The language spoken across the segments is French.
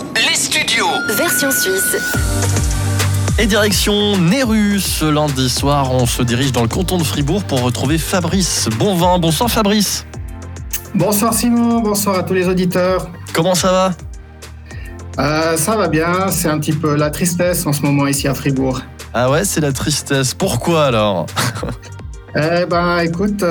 les studios. Version suisse. Et direction Néru, ce lundi soir, on se dirige dans le canton de Fribourg pour retrouver Fabrice Bonvin. Bonsoir Fabrice. Bonsoir Simon, bonsoir à tous les auditeurs. Comment ça va ? Ça va bien, c'est un petit peu la tristesse en ce moment ici à Fribourg. Ah ouais, c'est la tristesse. Pourquoi alors ? Écoute,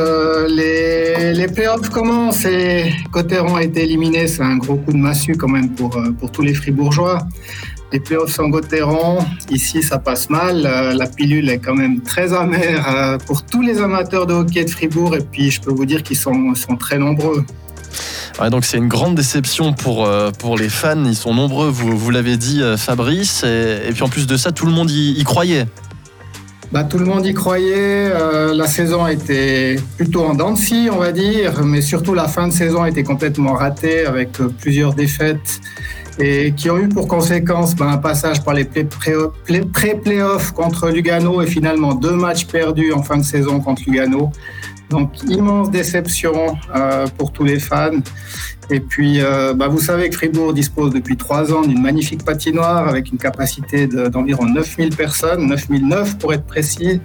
les playoffs commencent et Cotteron a été éliminé, c'est un gros coup de massue quand même pour tous les Fribourgeois. Les playoffs sans Cotteron, ici ça passe mal, la pilule est quand même très amère pour tous les amateurs de hockey de Fribourg et puis je peux vous dire qu'ils sont très nombreux. Ouais, donc c'est une grande déception pour les fans, ils sont nombreux, vous l'avez dit Fabrice, et puis en plus de ça, tout le monde y croyait. Tout le monde y croyait, la saison était plutôt en dents de scie, on va dire, mais surtout la fin de saison a été complètement ratée avec plusieurs défaites et qui ont eu pour conséquence un passage par les pré-playoffs contre Lugano et finalement 2 matchs perdus en fin de saison contre Lugano. Donc, immense déception pour tous les fans. Et puis, vous savez que Fribourg dispose depuis 3 ans d'une magnifique patinoire avec une capacité d'environ 9000 personnes, 9009 pour être précis,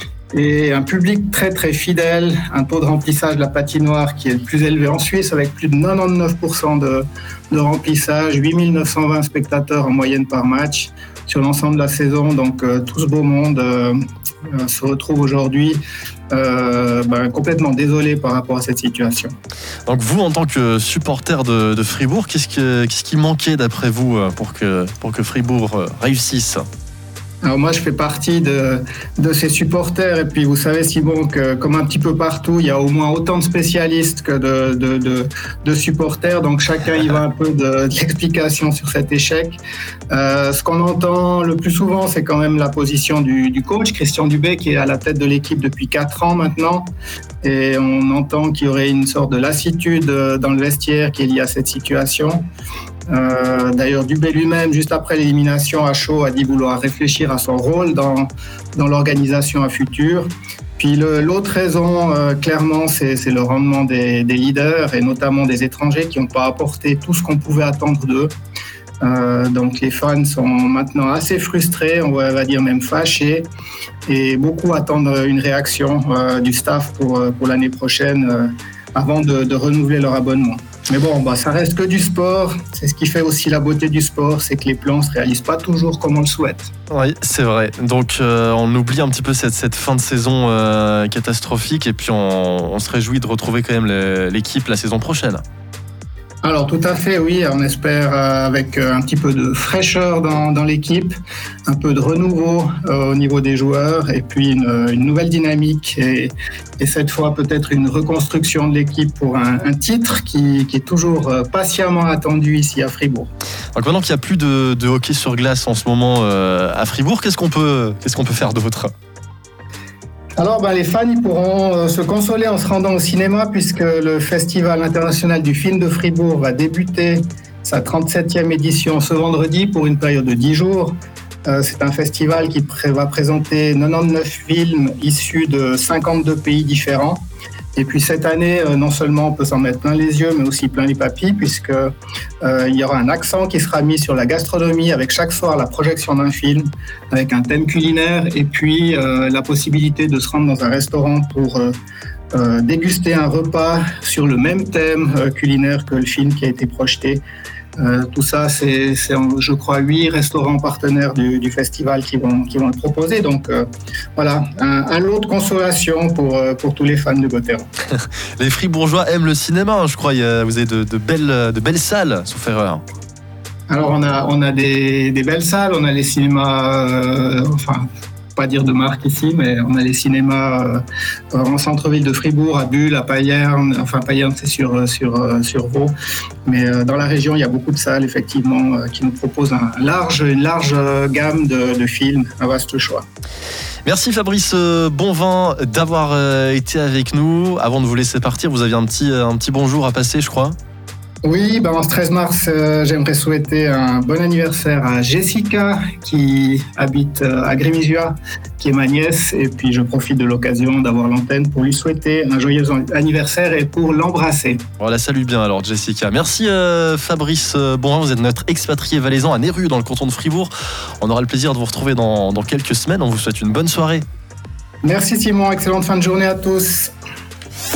et un public très très fidèle, un taux de remplissage de la patinoire qui est le plus élevé en Suisse avec plus de 99% de remplissage, 8920 spectateurs en moyenne par match sur l'ensemble de la saison. Donc, tout ce beau monde se retrouve aujourd'hui complètement désolé par rapport à cette situation. Donc vous, en tant que supporter de Fribourg, qu'est-ce qui manquait d'après vous pour que Fribourg réussisse ? Alors moi, je fais partie de ces supporters et puis vous savez Simon que comme un petit peu partout, il y a au moins autant de spécialistes que de supporters, donc chacun y va un peu de l'explication sur cet échec. Ce qu'on entend le plus souvent, c'est quand même la position du coach Christian Dubé qui est à la tête de l'équipe depuis 4 ans maintenant, et on entend qu'il y aurait une sorte de lassitude dans le vestiaire qui est liée à cette situation. D'ailleurs, Dubé lui-même, juste après l'élimination à chaud, a dit vouloir réfléchir à son rôle dans l'organisation à futur. Puis l'autre raison, clairement, c'est le rendement des leaders et notamment des étrangers qui n'ont pas apporté tout ce qu'on pouvait attendre d'eux. Donc les fans sont maintenant assez frustrés, on va dire même fâchés, et beaucoup attendent une réaction du staff pour l'année prochaine avant de renouveler leur abonnement. Mais bon, ça reste que du sport. C'est ce qui fait aussi la beauté du sport, c'est que les plans ne se réalisent pas toujours comme on le souhaite. Oui, c'est vrai. Donc on oublie un petit peu cette fin de saison catastrophique et puis on se réjouit de retrouver quand même l'équipe la saison prochaine. Alors tout à fait, oui, on espère avec un petit peu de fraîcheur dans l'équipe, un peu de renouveau au niveau des joueurs et puis une nouvelle dynamique et cette fois peut-être une reconstruction de l'équipe pour un titre qui est toujours patiemment attendu ici à Fribourg. Donc maintenant qu'il n'y a plus de hockey sur glace en ce moment à Fribourg, qu'est-ce qu'on peut faire d'autre ? Alors, les fans ils pourront se consoler en se rendant au cinéma puisque le Festival international du film de Fribourg va débuter sa 37e édition ce vendredi pour une période de 10 jours. C'est un festival qui va présenter 99 films issus de 52 pays différents. Et puis cette année, non seulement on peut s'en mettre plein les yeux, mais aussi plein les papilles, puisque il y aura un accent qui sera mis sur la gastronomie avec chaque soir la projection d'un film avec un thème culinaire et puis la possibilité de se rendre dans un restaurant pour déguster un repas sur le même thème culinaire que le film qui a été projeté. Tout ça, c'est je crois 8 restaurants partenaires du festival qui vont le proposer. Donc voilà, un lot de consolation pour tous les fans de Cotteron. Les Fribourgeois aiment le cinéma, je crois. Vous avez de belles salles, sauf erreur. Alors on a des belles salles, on a les cinémas, pas dire de marque ici, mais on a les cinémas en centre-ville de Fribourg, à Bulle, à Payerne. Payerne c'est sur Vaud, mais dans la région il y a beaucoup de salles effectivement qui nous proposent une large gamme de films, un vaste choix. Merci Fabrice Bonvin d'avoir été avec nous. Avant de vous laisser partir, vous aviez un petit bonjour à passer, je crois. Oui, en ce 13 mars, j'aimerais souhaiter un bon anniversaire à Jessica qui habite à Grémisua, qui est ma nièce. Et puis je profite de l'occasion d'avoir l'antenne pour lui souhaiter un joyeux anniversaire et pour l'embrasser. On la salue bien alors, Jessica. Merci Fabrice Bonrin, vous êtes notre expatrié valaisan à Néru dans le canton de Fribourg. On aura le plaisir de vous retrouver dans quelques semaines. On vous souhaite une bonne soirée. Merci Simon, excellente fin de journée à tous.